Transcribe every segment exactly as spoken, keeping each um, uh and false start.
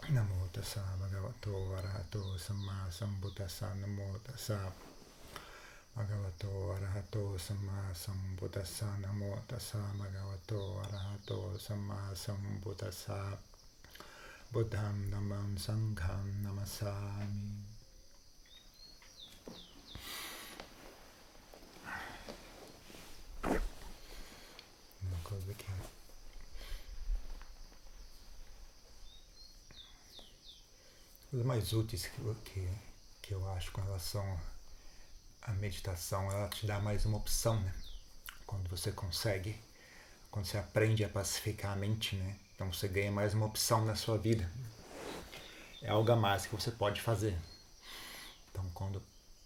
Namo tassa bhagavato arahato samma sambuddhassa. Namo tassa bhagavato arahato samma sambuddhassa. Namo tassa bhagavato arahato samma sambuddhassa. Buddham dhammam sangham namasami. Uma coisa que coisas mais úteis que, que, que eu acho com relação à meditação, ela te dá mais uma opção, né? Quando você consegue, quando você aprende a pacificar a mente, né? Então você ganha mais uma opção na sua vida. É algo a mais que você pode fazer. Então quando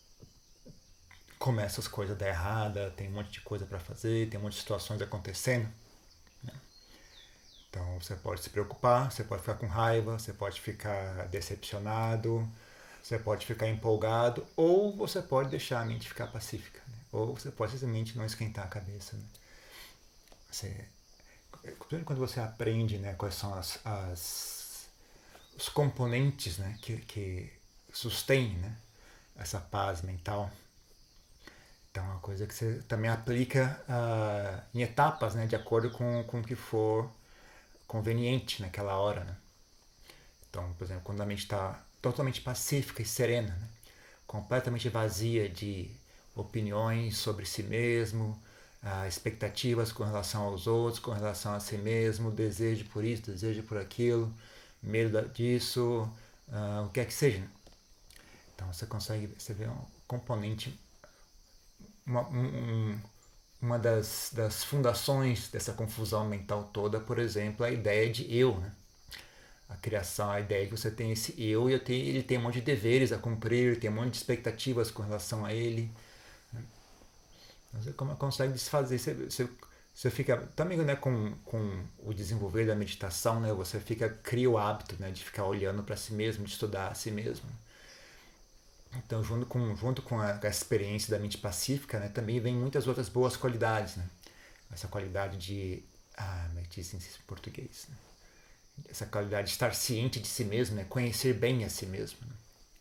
começa as coisas a dar errada, tem um monte de coisa para fazer, tem um monte de situações acontecendo, né? Então você pode se preocupar, você pode ficar com raiva, você pode ficar decepcionado, você pode ficar empolgado, ou você pode deixar a mente ficar pacífica, né? Ou você pode simplesmente não esquentar a cabeça, né? Você, quando você aprende, né, quais são as, as, os componentes, né, que, que sustêm, né, essa paz mental, então é uma coisa que você também aplica uh, em etapas, né, de acordo com, com o que for conveniente naquela hora, né? Então, por exemplo, quando a mente está totalmente pacífica e serena, né? Completamente vazia de opiniões sobre si mesmo, ah, expectativas com relação aos outros, com relação a si mesmo, desejo por isso, desejo por aquilo, medo disso, ah, o que é que seja, né? Então você consegue, você vê um componente, uma, um, uma das, das fundações dessa confusão mental toda, por exemplo, é a ideia de eu, né? A criação, a ideia que você tem esse eu e eu tenho, ele tem um monte de deveres a cumprir, tem um monte de expectativas com relação a ele. Você consegue desfazer, você, você, você fica também, né, com, com o desenvolver da meditação, né, você fica cria o hábito, né, de ficar olhando para si mesmo, de estudar a si mesmo. Então, junto com, junto com a, com a experiência da mente pacífica, né, também vem muitas outras boas qualidades, né? Essa qualidade de, ah, como é que diz em português, né? Essa qualidade de estar ciente de si mesmo, né? Conhecer bem a si mesmo, né?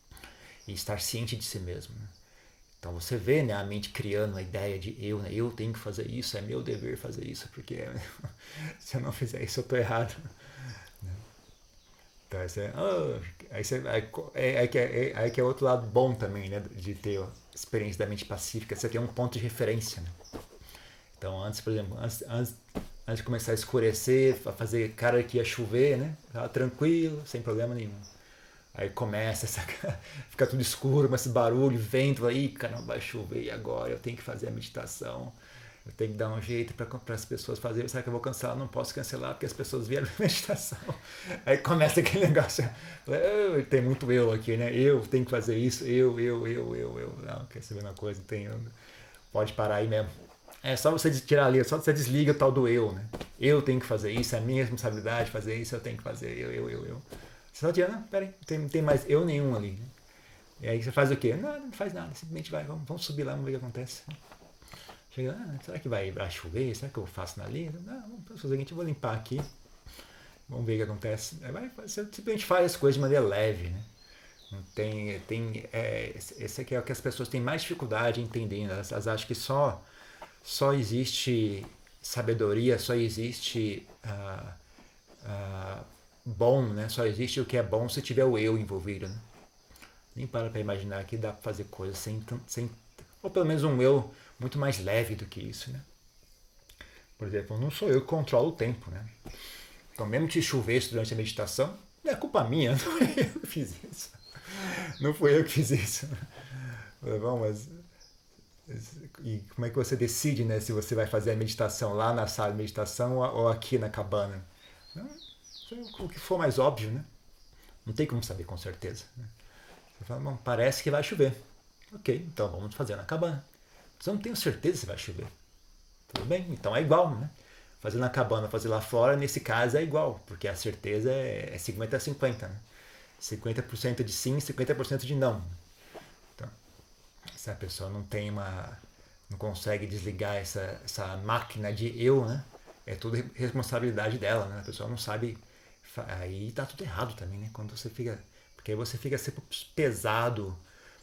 E estar ciente de si mesmo, né? Então você vê, né, a mente criando a ideia de eu, né? Eu tenho que fazer isso, é meu dever fazer isso, porque se eu não fizer isso eu estou errado, né? Então aí você, oh, aí, você aí, é, aí, que é, aí que é outro lado bom também, né, de ter a experiência da mente pacífica, você tem um ponto de referência, né? Então antes, por exemplo, antes, antes, antes de começar a escurecer, a fazer cara que ia chover, né? Tava tranquilo, sem problema nenhum. Aí começa essa, fica tudo escuro, mas esse barulho, vento, aí, caramba, vai chover e agora eu tenho que fazer a meditação. Eu tenho que dar um jeito para as pessoas fazerem. Será que eu vou cancelar? Não posso cancelar porque as pessoas vieram para meditação. Aí começa aquele negócio. Oh, tem muito eu aqui, né? Eu tenho que fazer isso. Eu, eu, eu, eu, eu. Não, quer saber uma coisa? Tem, pode parar aí mesmo. É só você tirar ali, só você desliga o tal do eu, né? Eu tenho que fazer isso, é a minha responsabilidade fazer isso, eu tenho que fazer, eu, eu, eu, eu. Você só tira, não, peraí, não tem, não tem mais eu nenhum ali, né? E aí você faz o quê? Não, não faz nada, simplesmente vai, vamos, vamos subir lá, vamos ver o que acontece. Chega, ah, será que vai, vai chover? Será que eu faço na linha? Não, vamos fazer o seguinte, eu vou limpar aqui, vamos ver o que acontece. Aí vai, você simplesmente faz as coisas de maneira leve, né? Não tem, tem, é, esse aqui é o que as pessoas têm mais dificuldade em entender, né? Elas, elas acham que só só existe sabedoria, só existe uh, uh, bom, né? Só existe o que é bom se tiver o eu envolvido, né? Nem para para imaginar que dá para fazer coisas sem, sem, ou pelo menos um eu muito mais leve do que isso, né? Por exemplo, não sou eu que controlo o tempo, né? Então, mesmo que chovesse durante a meditação, não é culpa minha, não foi eu que fiz isso. Não foi eu que fiz isso. Bom, mas e como é que você decide, né, se você vai fazer a meditação lá na sala de meditação ou aqui na cabana? O que for mais óbvio, né? Não tem como saber com certeza, né? Você fala, bom, parece que vai chover. Ok, então vamos fazer na cabana. Mas eu não tenho certeza se vai chover. Tudo bem? Então é igual, né? Fazer na cabana, fazer lá fora, nesse caso é igual, porque a certeza é cinquenta a cinquenta, né? cinquenta por cento de sim, cinquenta por cento de não. Então, se a pessoa não tem uma, não consegue desligar essa, essa máquina de eu, né? É tudo responsabilidade dela, né? A pessoa não sabe aí tá tudo errado também, né? Quando você fica, porque aí você fica sempre pesado,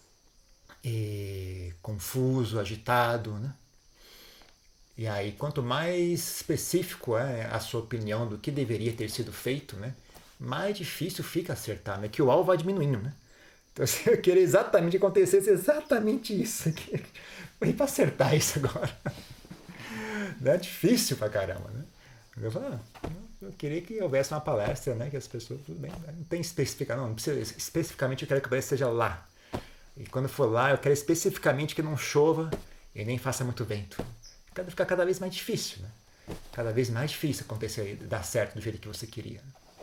e confuso, agitado, né? E aí, quanto mais específico é a sua opinião do que deveria ter sido feito, né? Mais difícil fica acertar, né? Que o alvo vai diminuindo, né? Então, se eu querer exatamente acontecesse exatamente isso aqui, e para acertar isso agora, é difícil pra caramba, né? Eu falo, ah, eu queria que houvesse uma palestra, né? Que as pessoas, tudo bem, não tem especificar, não, não precisa, especificamente eu quero que a palestra seja lá. E quando for lá, eu quero especificamente que não chova e nem faça muito vento. Cada, fica cada vez mais difícil, né? Cada vez mais difícil acontecer, dar certo do jeito que você queria.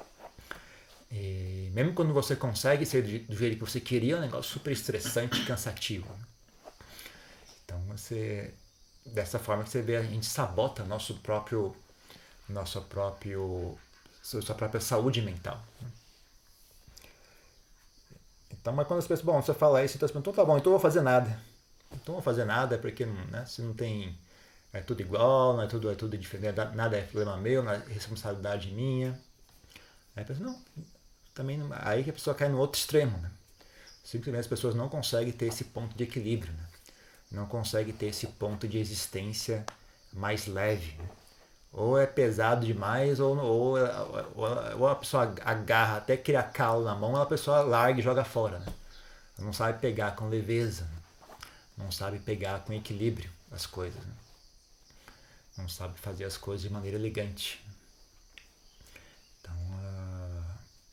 E mesmo quando você consegue ser do jeito que você queria, é um negócio super estressante e cansativo. Então você, dessa forma que você vê, a gente sabota nosso próprio, nosso próprio, sua própria saúde mental. Então, mas quando as pessoas, bom, você fala isso, então, então tá bom, então eu vou fazer nada. Então eu vou fazer nada porque, né, se não tem, é tudo igual, não é tudo, é tudo diferente, nada é problema meu, não é responsabilidade minha. Aí a pessoa, não, também não, aí que a pessoa cai no outro extremo, né? Simplesmente as pessoas não conseguem ter esse ponto de equilíbrio, né? Não conseguem ter esse ponto de existência mais leve, né? Ou é pesado demais, ou, ou, ou, ou a pessoa agarra até criar calo na mão, a pessoa larga e joga fora, né? Não sabe pegar com leveza, né? Não sabe pegar com equilíbrio as coisas, né? Não sabe fazer as coisas de maneira elegante. Então, uh...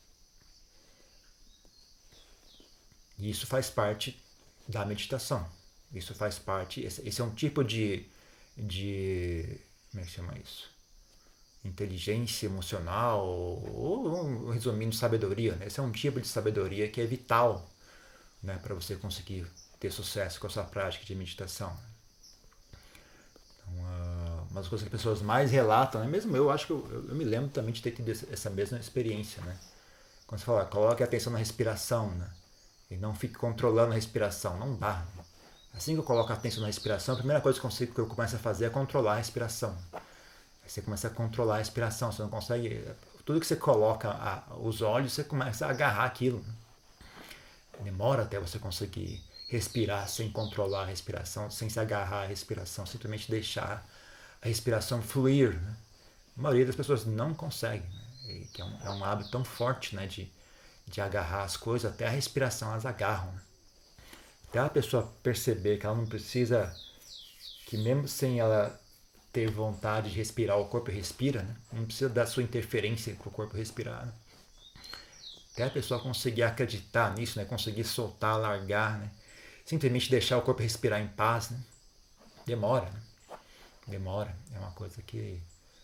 isso faz parte da meditação. Isso faz parte, esse, esse é um tipo de, de, como é que chama isso? Inteligência emocional, ou, resumindo, sabedoria, né? Esse é um tipo de sabedoria que é vital, né, para você conseguir ter sucesso com a sua prática de meditação. Então, uh, uma das coisas que as pessoas mais relatam, né? Mesmo eu acho que eu, eu, eu me lembro também de ter tido essa mesma experiência, né? Quando você fala, coloque atenção na respiração, né? E não fique controlando a respiração, não dá. Né? Assim que eu coloco a atenção na respiração, a primeira coisa que eu, consigo, que eu começo a fazer é controlar a respiração. Aí você começa a controlar a respiração, você não consegue... Tudo que você coloca a, os olhos, você começa a agarrar aquilo. Demora até você conseguir respirar sem controlar a respiração, sem se agarrar à respiração, simplesmente deixar a respiração fluir. Né? A maioria das pessoas não consegue, né? Que é um, é um hábito tão forte, né, de, de agarrar as coisas, até a respiração elas agarram. Né? Até a pessoa perceber que ela não precisa, que mesmo sem ela ter vontade de respirar, o corpo respira, né? Não precisa da sua interferência para o corpo respirar. Né? Até a pessoa conseguir acreditar nisso, né? Conseguir soltar, largar, né? Simplesmente deixar o corpo respirar em paz, né? Demora, né? Demora. É uma coisa que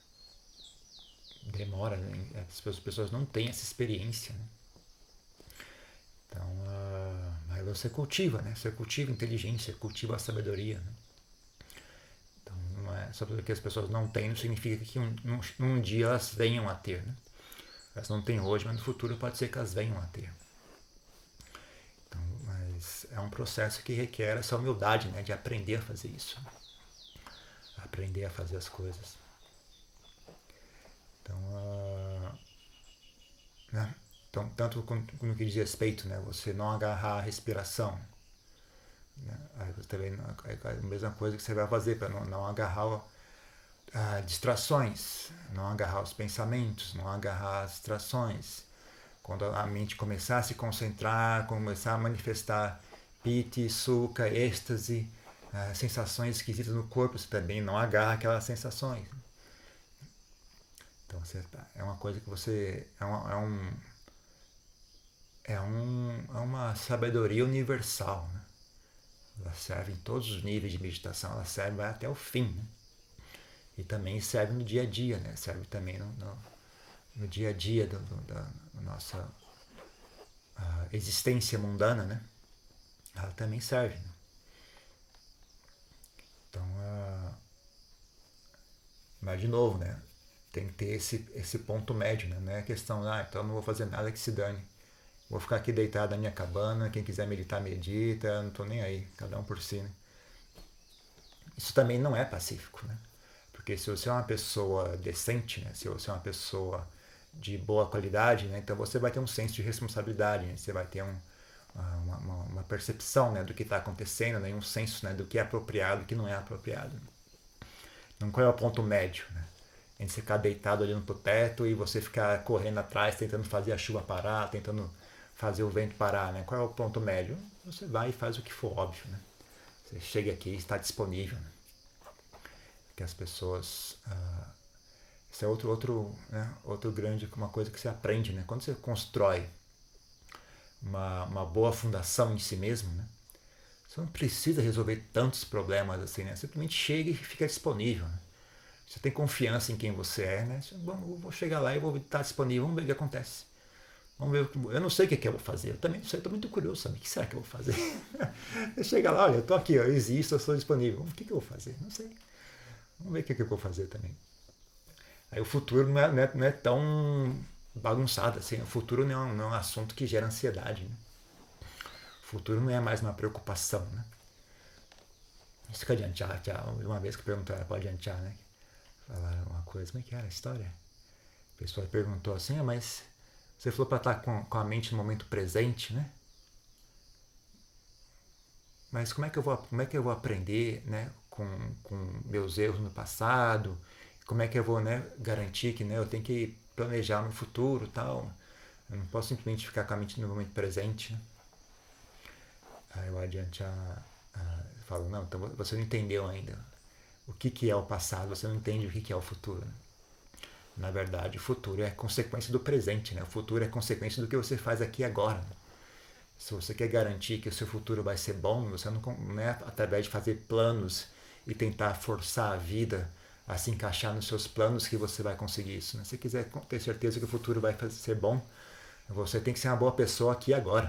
demora, né? As pessoas não têm essa experiência, né? Então, uh, aí você cultiva, né? Você cultiva inteligência, cultiva a sabedoria, né? Então, não é só porque as pessoas não têm, não significa que um, um, um dia elas venham a ter, né? Elas não têm hoje, mas no futuro pode ser que elas venham a ter. Então, mas é um processo que requer essa humildade, né? De aprender a fazer isso. Aprender a fazer as coisas. Então, uh, né? Então, tanto no que diz respeito, né? Você não agarrar a respiração. Né? Aí você também, é a mesma coisa que você vai fazer para não, não agarrar ah, distrações, não agarrar os pensamentos, não agarrar as distrações. Quando a mente começar a se concentrar, começar a manifestar piti, sukha, êxtase, ah, sensações esquisitas no corpo, você também não agarra aquelas sensações. Então você, é uma coisa que você... É, uma, é, um, é, um, é uma sabedoria universal, né? Ela serve em todos os níveis de meditação, ela serve até o fim, né? E também serve no dia a dia, né? Serve também no, no, no dia a dia do, do, da nossa uh, existência mundana, né? Ela também serve. Né? Então, uh, mas de novo, né? Tem que ter esse, esse ponto médio, né? Não é questão, ah, então não vou fazer nada que se dane. Vou ficar aqui deitado na minha cabana, quem quiser meditar, medita, não tô nem aí, cada um por si, né? Isso também não é pacífico, né? Porque se você é uma pessoa decente, né? Se você é uma pessoa de boa qualidade, né? Então você vai ter um senso de responsabilidade, né? Você vai ter um, uma, uma, uma percepção, né, do que está acontecendo, né? Um senso, né, do que é apropriado e o que não é apropriado. Então qual é o ponto médio, né? Entre você ficar deitado olhando pro teto e você ficar correndo atrás, tentando fazer a chuva parar, tentando fazer o vento parar, né? Qual é o ponto médio? Você vai e faz o que for óbvio, né? Você chega aqui e está disponível, né? Que as pessoas... Uh, isso é outro, outro, né? outro grande, uma coisa que você aprende, né? Quando você constrói uma, uma boa fundação em si mesmo, né? Você não precisa resolver tantos problemas assim, né? Você simplesmente chega e fica disponível, né? Você tem confiança em quem você é, né? Você, bom, eu vou chegar lá e vou estar disponível, vamos ver o que acontece. Vamos ver, eu não sei o que, é que eu vou fazer, eu também não sei, estou muito curioso, sabe? O que será que eu vou fazer? Você chega lá, olha, eu estou aqui, eu existo, eu sou disponível. O que, que eu vou fazer? Não sei. Vamos ver o que, que eu vou fazer também. Aí o futuro não é, não é, não é tão bagunçado assim, o futuro não é, um, não é um assunto que gera ansiedade, né? O futuro não é mais uma preocupação, né? Isso que adiantar, uma vez que perguntaram para adiantar, né? Falaram uma coisa, como é que era a história? A pessoa perguntou assim, ah, mas você falou para estar com, com a mente no momento presente, né? Mas como é que eu vou, como é que eu vou aprender, né, com, com meus erros no passado? Como é que eu vou, né, garantir que, né, eu tenho que planejar no futuro, tal? Eu não posso simplesmente ficar com a mente no momento presente, né? Aí o adiante fala, não, então você não entendeu ainda o que, que é o passado, você não entende o que, que é o futuro, né? Na verdade, o futuro é consequência do presente, né? O futuro é consequência do que você faz aqui e agora, né? Se você quer garantir que o seu futuro vai ser bom, você não, não é através de fazer planos e tentar forçar a vida a se encaixar nos seus planos que você vai conseguir isso, né? Se você quiser ter certeza que o futuro vai ser bom, você tem que ser uma boa pessoa aqui e agora.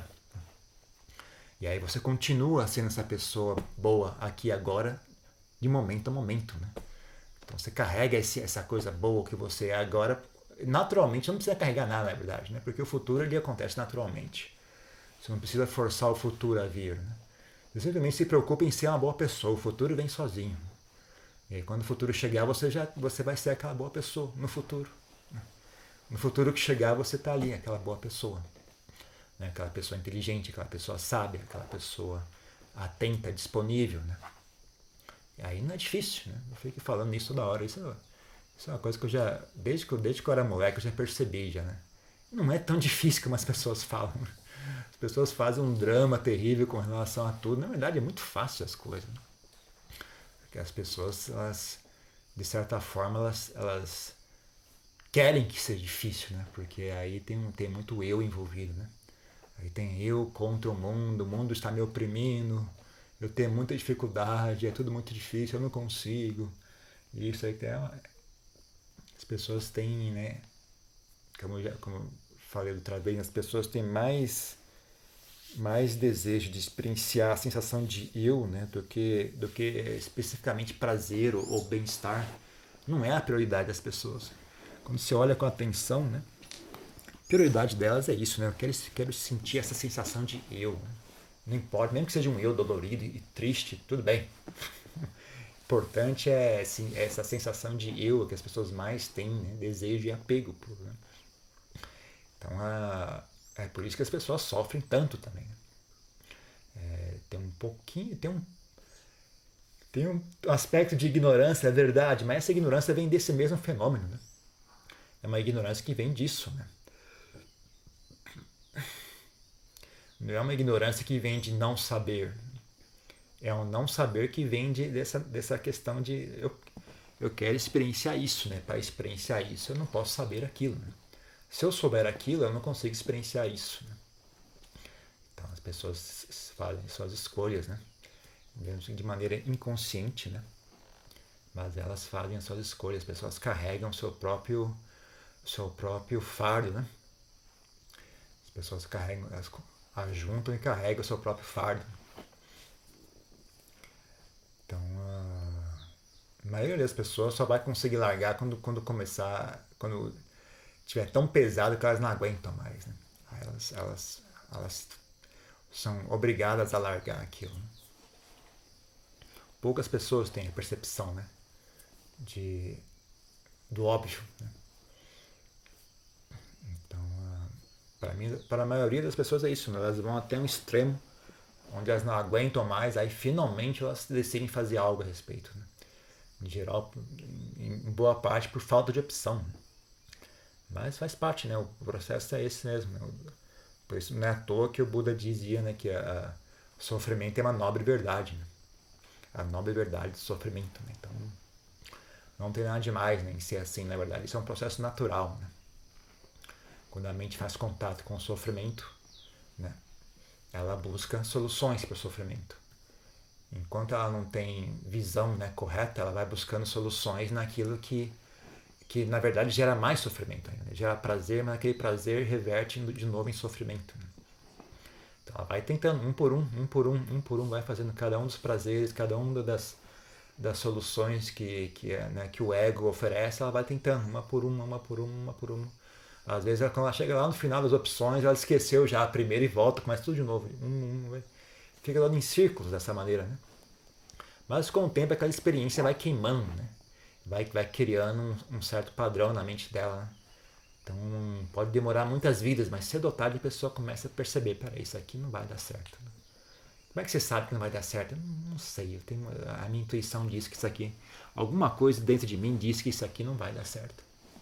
E aí você continua sendo essa pessoa boa aqui e agora, de momento a momento, né? Então você carrega esse, essa coisa boa que você é agora, naturalmente, não precisa carregar nada, na verdade, né? Porque o futuro ele acontece naturalmente. Você não precisa forçar o futuro a vir, né? Você simplesmente se preocupa em ser uma boa pessoa, o futuro vem sozinho. E aí quando o futuro chegar, você, já, você vai ser aquela boa pessoa no futuro. No futuro que chegar, você está ali, aquela boa pessoa. Né? Aquela pessoa inteligente, aquela pessoa sábia, aquela pessoa atenta, disponível, né? E aí não é difícil, né? Eu fico falando isso toda hora. Isso, isso é uma coisa que eu já, desde que, eu, desde que eu era moleque, eu já percebi já, né? Não é tão difícil como as pessoas falam. As pessoas fazem um drama terrível com relação a tudo. Na verdade, é muito fácil as coisas, né? Porque as pessoas, elas, de certa forma, elas, elas querem que seja difícil, né? Porque aí tem, tem muito eu envolvido, né? Aí tem eu contra o mundo, o mundo está me oprimindo, eu tenho muita dificuldade, é tudo muito difícil, eu não consigo. E isso aí tem uma... As pessoas têm, né? Como eu, já, como eu falei outra vez, as pessoas têm mais, mais desejo de experienciar a sensação de eu, né? Do que, do que especificamente prazer ou, ou bem-estar. Não é a prioridade das pessoas. Quando você olha com atenção, né? A prioridade delas é isso, né? Eu quero, quero sentir essa sensação de eu, né? Não importa, mesmo que seja um eu dolorido e triste, tudo bem. O importante é assim, essa sensação de eu que as pessoas mais têm, né? Desejo e apego por, né? Então a, é por isso que as pessoas sofrem tanto também, né? É, tem um pouquinho, tem um, tem um aspecto de ignorância, é verdade, mas essa ignorância vem desse mesmo fenômeno, né? É uma ignorância que vem disso, né? Não é uma ignorância que vem de não saber. É um não saber que vem de, dessa, dessa questão de eu, eu quero experienciar isso, né? Para experienciar isso eu não posso saber aquilo, né? Se eu souber aquilo, eu não consigo experienciar isso, né? Então as pessoas fazem suas escolhas, né? De maneira inconsciente, né? Mas elas fazem as suas escolhas, as pessoas carregam o seu próprio, seu próprio fardo, né? As pessoas carregam, elas ajuntam e carregam o seu próprio fardo. Então, a maioria das pessoas só vai conseguir largar quando, quando começar, quando estiver tão pesado que elas não aguentam mais, né? Aí elas, elas, elas são obrigadas a largar aquilo, né? Poucas pessoas têm a percepção, né? De, do óbvio, né? Para mim, para a maioria das pessoas é isso, né? Elas vão até um extremo onde elas não aguentam mais, aí finalmente elas decidem fazer algo a respeito, né? Em geral, em boa parte por falta de opção. Mas faz parte, né? O processo é esse mesmo. Né? Por isso não é à toa que o Buda dizia, né, que a, a, o sofrimento é uma nobre verdade. Né? A nobre verdade do sofrimento. Né? Então não tem nada demais, né, em ser assim, na verdade. Isso é um processo natural. Né? Quando a mente faz contato com o sofrimento, né, ela busca soluções para o sofrimento. Enquanto ela não tem visão, né, correta, ela vai buscando soluções naquilo que, que na verdade gera mais sofrimento ainda. Né? Gera prazer, mas aquele prazer reverte de novo em sofrimento. Né? Então ela vai tentando, um por um, um por um, um por um, vai fazendo cada um dos prazeres, cada uma das, das soluções que, que, é, né, que o ego oferece, ela vai tentando, uma por uma, uma por uma, uma por uma. Às vezes, quando ela chega lá no final das opções, ela esqueceu já a primeira e volta, começa tudo de novo. Um, um, vai. Fica dando em círculos dessa maneira, né? Mas com o tempo aquela experiência vai queimando, né? Vai, vai criando um, um certo padrão na mente dela, né? Então pode demorar muitas vidas, mas cedo ou tarde a pessoa começa a perceber, peraí, isso aqui não vai dar certo. Né? Como é que você sabe que não vai dar certo? Eu não, não sei, eu tenho, a minha intuição diz que isso aqui, alguma coisa dentro de mim diz que isso aqui não vai dar certo.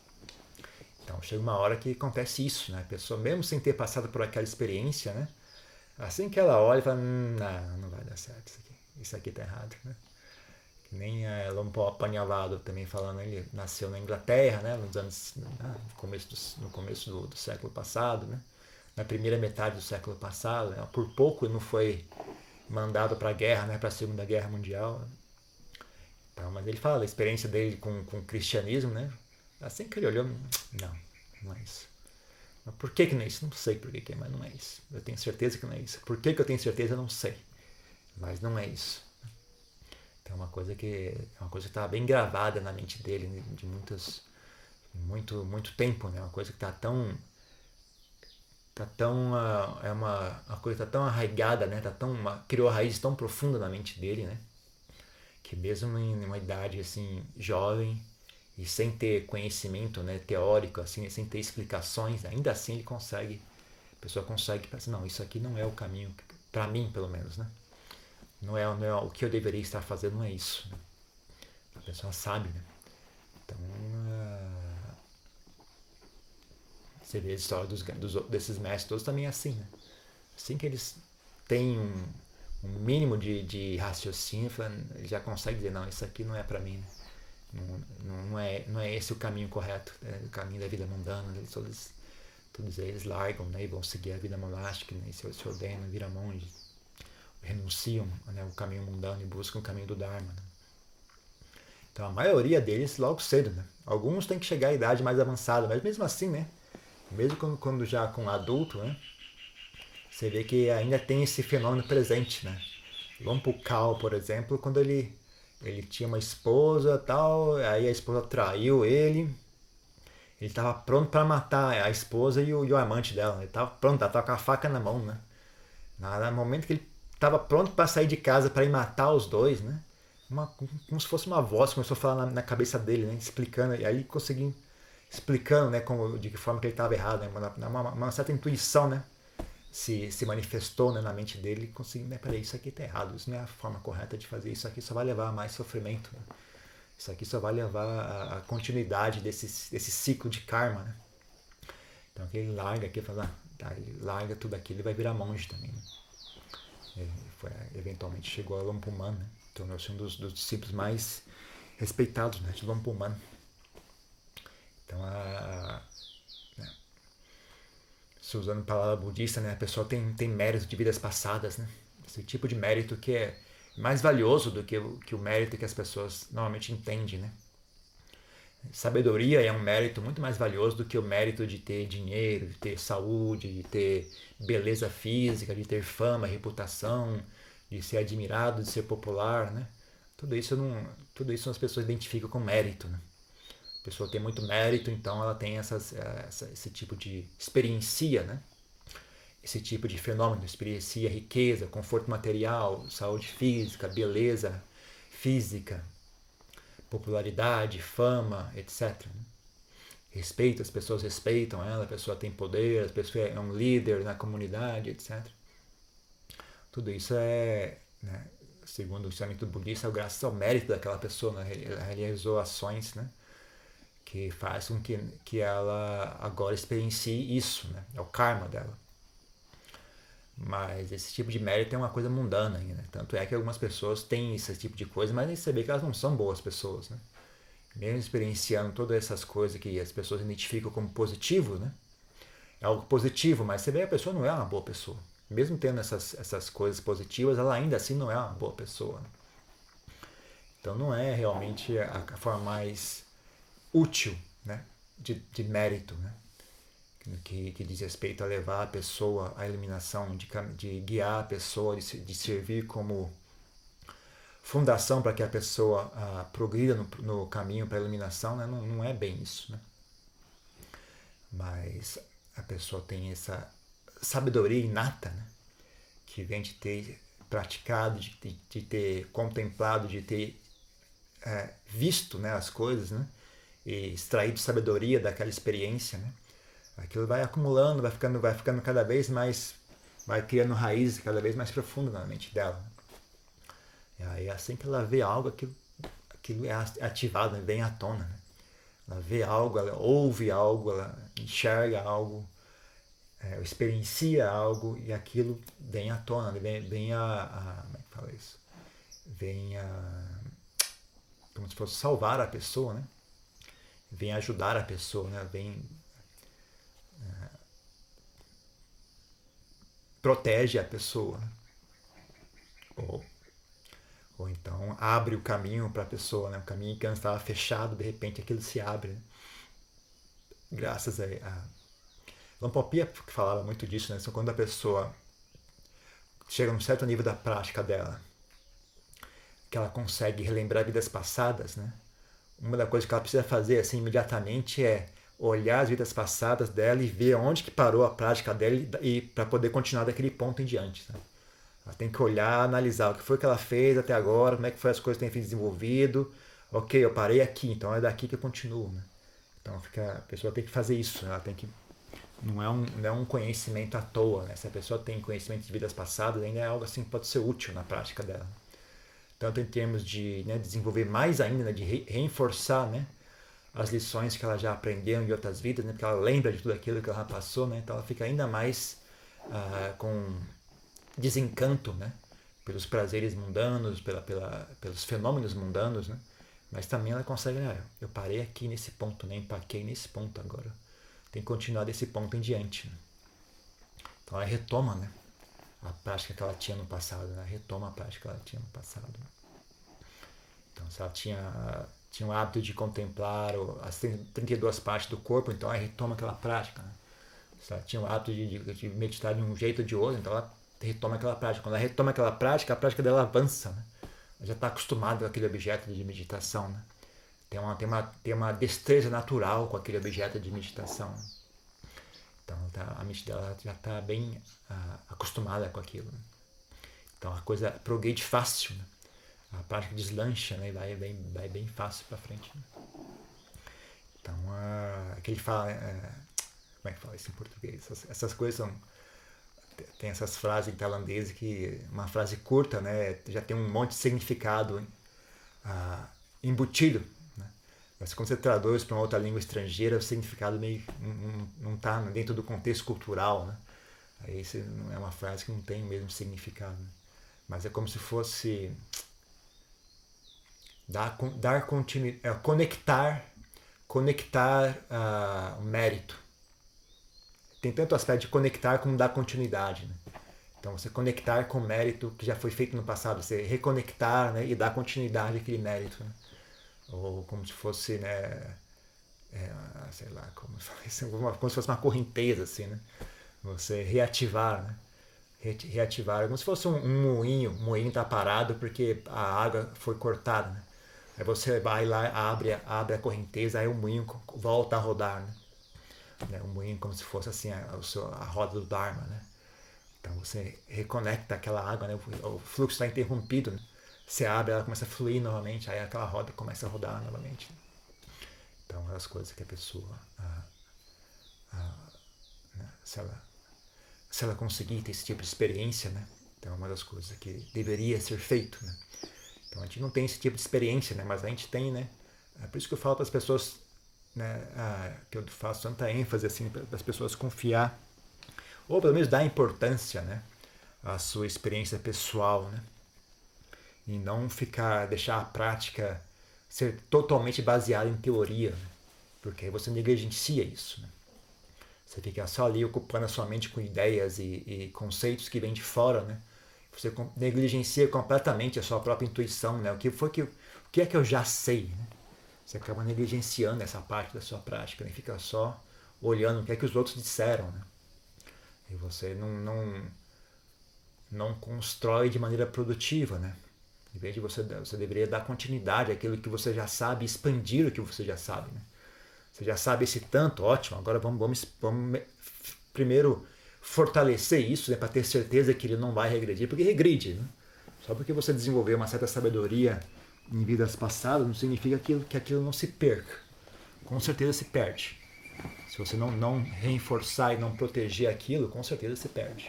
Então chega uma hora que acontece isso, né? A pessoa, mesmo sem ter passado por aquela experiência, né? Assim que ela olha e fala, hum, não, não vai dar certo isso aqui, isso aqui tá errado, né? Que nem a Lompo Apanhalado também falando, ele nasceu na Inglaterra, né? Nos anos, no começo, do, no começo do, do século passado, né? Na primeira metade do século passado, né? Por pouco ele não foi mandado para a guerra, né? Para a Segunda Guerra Mundial. Então, mas ele fala da experiência dele com, com o cristianismo, né? Assim que ele olhou, não, não é isso. Mas por que que não é isso? Não sei por que que é, mas não é isso. Eu tenho certeza que não é isso. Por que que eu tenho certeza? Eu não sei. Mas não é isso. Então é uma coisa que é uma coisa que está bem gravada na mente dele, né? De muitas, muito, muito tempo, né? Uma coisa que está tão, tá tão uh, é uma, uma coisa que tá tão arraigada, né? Tá tão uma, criou raízes tão profundas na mente dele, né? Que mesmo em uma idade assim jovem e sem ter conhecimento, né, teórico, assim, sem ter explicações, ainda assim ele consegue, a pessoa consegue pensar, não, isso aqui não é o caminho, para mim pelo menos, né? Não é, não é o que eu deveria estar fazendo, não é isso. Né? A pessoa sabe, né? Então, uh, você vê a história dos, dos, desses mestres todos também é assim, né? Assim que eles têm um, um mínimo de, de raciocínio, eles já conseguem dizer, não, isso aqui não é para mim, né? Não, não, é, não é esse o caminho correto, né? O caminho da vida mundana, né? todos, todos eles largam, né? E vão seguir a vida monástica, né? E se, se ordenam, viram monges, renunciam, né? O caminho mundano e buscam o caminho do Dharma. Né? Então a maioria deles logo cedo, né? Alguns têm que chegar à idade mais avançada, mas mesmo assim, né? Mesmo quando, quando já com adulto, né? Você vê que ainda tem esse fenômeno presente, né? Lompo Kao, por exemplo, quando ele ele tinha uma esposa tal, aí a esposa traiu ele, ele estava pronto para matar a esposa e o, e o amante dela, ele estava pronto, ela estava com a faca na mão, né? No momento que ele estava pronto para sair de casa para ir matar os dois, né? Uma, como se fosse uma voz começou a falar na, na cabeça dele, né? Explicando, e aí ele conseguiu explicando, né? Como, de que forma que ele estava errado, né? Uma, uma, uma certa intuição, né? Se, se manifestou, né, na mente dele e conseguiu, né, peraí, isso aqui tá errado, isso não é a forma correta de fazer, isso aqui só vai levar a mais sofrimento, né? Isso aqui só vai levar a, a continuidade desse, desse ciclo de karma, né? Então que ele larga aqui e fala, ah, tá, ele larga tudo aqui, ele vai virar monge também, né? Ele foi, eventualmente chegou a Lompuman, né? Tornou-se um dos, dos discípulos mais respeitados, né, de Lompuman. Então a, se usando a palavra budista, né, a pessoa tem, tem mérito de vidas passadas, né? Esse tipo de mérito que é mais valioso do que o, que o mérito que as pessoas normalmente entendem, né? Sabedoria é um mérito muito mais valioso do que o mérito de ter dinheiro, de ter saúde, de ter beleza física, de ter fama, reputação, de ser admirado, de ser popular, né? Tudo isso, não, tudo isso as pessoas identificam com mérito, né? A pessoa tem muito mérito, então ela tem essas, essa, esse tipo de experiencia, né? Esse tipo de fenômeno, experiencia riqueza, conforto material, saúde física, beleza física, popularidade, fama, etcétera. respeita, as pessoas respeitam ela, a pessoa tem poder, a pessoa é um líder na comunidade, etcétera. Tudo isso é, né, segundo o ensinamento budista, é graças ao mérito daquela pessoa, né? Ela realizou ações, né, que faz com que, que ela agora experiencie isso, né? É o karma dela. Mas esse tipo de mérito é uma coisa mundana ainda, né? Tanto é que algumas pessoas têm esse tipo de coisa, mas você vê que elas não são boas pessoas, né? Mesmo experienciando todas essas coisas que as pessoas identificam como positivo, né? É algo positivo, mas você vê que a pessoa não é uma boa pessoa. Mesmo tendo essas, essas coisas positivas, ela ainda assim não é uma boa pessoa, né? Então não é realmente a, a forma mais útil, né, de, de mérito, né, que, que diz respeito a levar a pessoa à iluminação, de, de guiar a pessoa, de, de servir como fundação para que a pessoa ah, progrida no, no caminho para a iluminação, né, não, não é bem isso, né? Mas a pessoa tem essa sabedoria inata, né, que vem de ter praticado, de, de, de ter contemplado, de ter é, visto, né, as coisas, né, e extraído sabedoria daquela experiência, né? Aquilo vai acumulando, vai ficando, vai ficando cada vez mais, vai criando raízes cada vez mais profundas na mente dela. E aí assim que ela vê algo, aquilo, aquilo é ativado, né, vem à tona, né? Ela vê algo, ela ouve algo, ela enxerga algo, é, experiencia algo e aquilo vem à tona, vem, vem a, a, como é que fala isso? Vem a, como se fosse salvar a pessoa, né? Vem ajudar a pessoa, né? Vem é, protege a pessoa, né? ou, ou então abre o caminho para a pessoa, né? O caminho que antes estava fechado, de repente aquilo se abre, né? Graças a, a Lampopia que falava muito disso, né? Então, quando a pessoa chega a um certo nível da prática dela, que ela consegue relembrar vidas passadas, né? Uma das coisas que ela precisa fazer assim imediatamente é olhar as vidas passadas dela e ver onde que parou a prática dela e para poder continuar daquele ponto em diante, né? Ela tem que olhar, analisar o que foi que ela fez até agora, como é que foi as coisas que tem desenvolvido. Ok, eu parei aqui, então é daqui que eu continuo, né? Então fica, a pessoa tem que fazer isso, ela tem que não é um, não é um conhecimento à toa, né? Se a pessoa tem conhecimento de vidas passadas, ainda é algo assim que pode ser útil na prática dela. Tanto em termos de, né, desenvolver mais ainda, né, de re reforçar, né, as lições que ela já aprendeu em outras vidas, né, porque ela lembra de tudo aquilo que ela passou, né, então ela fica ainda mais ah, com desencanto, né, pelos prazeres mundanos, pela, pela, pelos fenômenos mundanos, né, mas também ela consegue, ah, eu parei aqui nesse ponto, né, empaquei nesse ponto agora, tem que continuar desse ponto em diante, né. Então ela retoma, né, a prática que ela tinha no passado, né, retoma a prática que ela tinha no passado, né. Então se ela tinha, tinha o hábito de contemplar as trinta e duas partes do corpo, então ela retoma aquela prática, né. Se ela tinha o hábito de, de, de meditar de um jeito ou de outro, então ela retoma aquela prática. Quando ela retoma aquela prática, a prática dela avança, né? Ela já está acostumada com aquele objeto de meditação, né? Tem uma, tem, uma, tem uma destreza natural com aquele objeto de meditação, né? Então tá, a mente dela já está bem ah, acostumada com aquilo, né? Então a coisa progride fácil, né? A prática deslancha, né? E vai bem, vai bem fácil para frente, né? Então, ah, que ele fala, ah, como é que fala isso em português? Essas, essas coisas são, tem essas frases em tailandês que uma frase curta, né, já tem um monte de significado ah, embutido, né? Mas quando você traduz para uma outra língua estrangeira, o significado meio não está dentro do contexto cultural, né? Aí você, é uma frase que não tem o mesmo significado, né? Mas é como se fosse dar, dar continuidade, é, conectar, conectar ah, o mérito. Tem tanto aspecto de conectar como dar continuidade, né? Então você conectar com o mérito que já foi feito no passado, você reconectar, né, e dar continuidade àquele mérito, né? Ou como se fosse, né, é, sei lá, como, como se fosse uma correnteza, assim, né? Você reativar, né? Reativar, como se fosse um, um moinho, o moinho está parado porque a água foi cortada, né? Aí você vai lá, abre, abre a correnteza, aí o moinho volta a rodar, né? Né, um moinho como se fosse assim a, a roda do Dharma, né? Então você reconecta aquela água, né? O fluxo está interrompido, né? Você abre, ela começa a fluir novamente, aí aquela roda começa a rodar novamente. Então, as coisas que a pessoa, ah, ah, né, se, ela, se ela conseguir ter esse tipo de experiência, né, então é uma das coisas que deveria ser feito, né. Então, a gente não tem esse tipo de experiência, né, mas a gente tem, né, é por isso que eu falo para as pessoas, né, ah, que eu faço tanta ênfase, assim, para as pessoas confiar, ou pelo menos dar importância, né, à sua experiência pessoal, né, e não ficar, deixar a prática ser totalmente baseada em teoria, né, porque aí você negligencia isso, né. Você fica só ali ocupando a sua mente com ideias e, e conceitos que vêm de fora, né? Você negligencia completamente a sua própria intuição, né? O que foi que, o que é que eu já sei, né? Você acaba negligenciando essa parte da sua prática, né? Fica só olhando o que é que os outros disseram, né? E você não, não, não constrói de maneira produtiva, né? Em vez de você, você deveria dar continuidade àquilo que você já sabe, expandir o que você já sabe, né? Você já sabe esse tanto, ótimo, agora vamos, vamos, vamos primeiro fortalecer isso, né, para ter certeza que ele não vai regredir, porque regride, né? Só porque você desenvolveu uma certa sabedoria em vidas passadas não significa que, que aquilo não se perca. Com certeza se perde. Se você não, não reforçar e não proteger aquilo, com certeza se perde.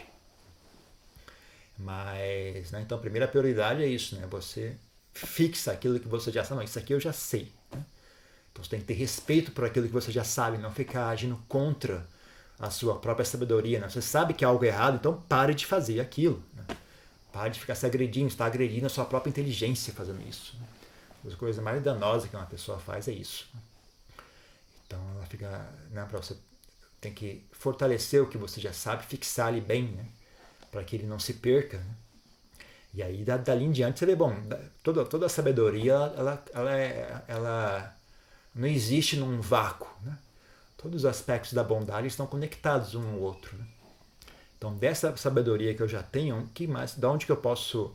Mas, né, então a primeira prioridade é isso, né? Você fixa aquilo que você já sabe. Não, isso aqui eu já sei, né? Então você tem que ter respeito por aquilo que você já sabe, não ficar agindo contra a sua própria sabedoria, né? Você sabe que é algo errado, então pare de fazer aquilo, né? Pare de ficar se agredindo, está agredindo a sua própria inteligência fazendo isso, né? As coisas mais danosas que uma pessoa faz é isso, né? Então ela fica, né, para você tem que fortalecer o que você já sabe, fixar ele bem, né, para que ele não se perca, né? E aí dali em diante você vê, bom, toda, toda a sabedoria ela, ela, é, ela não existe num vácuo, né? Todos os aspectos da bondade estão conectados um ao outro, né? Então, dessa sabedoria que eu já tenho, que mais, de onde que eu posso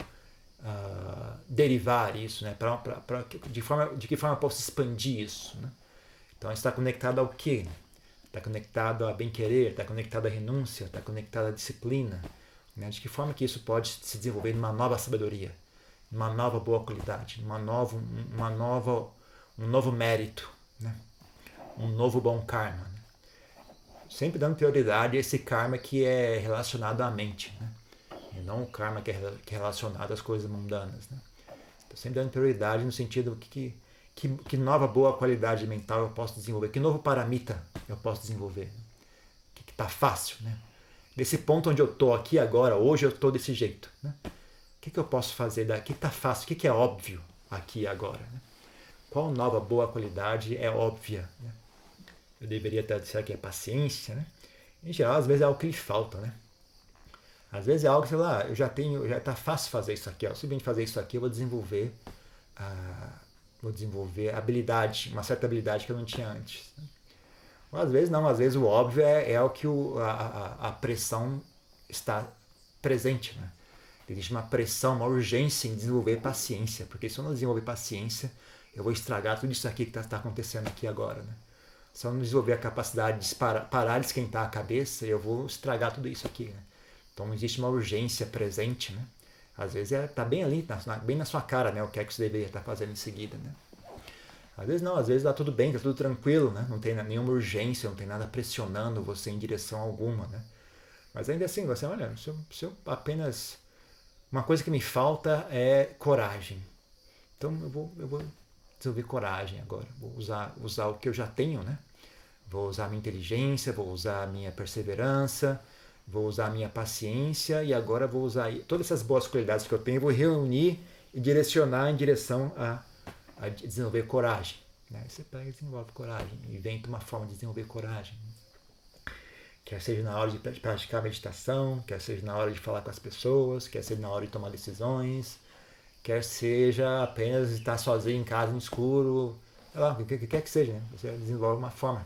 uh, derivar isso, né? Pra, pra, pra, de, forma, de que forma eu posso expandir isso, né? Então, está conectado ao quê? Está conectado a bem-querer, está conectado à renúncia, está conectado à disciplina, né? De que forma que isso pode se desenvolver numa nova sabedoria, numa nova boa qualidade, numa nova, uma nova, um novo mérito, né? Um novo bom karma, né? Sempre dando prioridade a esse karma que é relacionado à mente, né? E não o karma que é relacionado às coisas mundanas, né? Estou sempre dando prioridade no sentido que, que, que nova boa qualidade mental eu posso desenvolver, que novo paramita eu posso desenvolver, né? Que está fácil, né? Desse ponto onde eu estou aqui agora, hoje eu estou desse jeito, né? O que, que eu posso fazer daqui? O que está fácil? O que, que é óbvio aqui agora, né? Qual nova boa qualidade é óbvia, né? Eu deveria ter, será que é paciência, né? Em geral, às vezes é algo que lhe falta, né? Às vezes é algo que, sei lá, eu já tenho, já está fácil fazer isso aqui, ó. Se eu bem fazer isso aqui, eu vou desenvolver, ah, vou desenvolver habilidade, uma certa habilidade que eu não tinha antes, né? Ou às vezes não, às vezes o óbvio é, é o que o, a, a, a pressão está presente, né? Existe uma pressão, uma urgência em desenvolver paciência, porque se eu não desenvolver paciência, eu vou estragar tudo isso aqui que está tá acontecendo aqui agora, né? Se eu não desenvolver a capacidade de parar, parar de esquentar a cabeça, eu vou estragar tudo isso aqui, né? Então existe uma urgência presente, né? Às vezes está é, bem ali, na, bem na sua cara, né? O que é que você deveria estar fazendo em seguida, né? Às vezes não, às vezes está tudo bem, está tudo tranquilo, né? Não tem nenhuma urgência, não tem nada pressionando você em direção alguma, né? Mas ainda assim, você olha, se eu, se eu apenas... Uma coisa que me falta é coragem. Então eu vou, eu vou desenvolver coragem agora. Vou usar, usar o que eu já tenho, né? Vou usar a minha inteligência, vou usar a minha perseverança, vou usar a minha paciência e agora vou usar todas essas boas qualidades que eu tenho, vou reunir e direcionar em direção a, a desenvolver coragem, né? Você pega e desenvolve coragem, inventa uma forma de desenvolver coragem. Quer seja na hora de praticar meditação, quer seja na hora de falar com as pessoas, quer seja na hora de tomar decisões, quer seja apenas estar sozinho em casa no escuro, sei lá, o que quer que seja, né? Você desenvolve uma forma.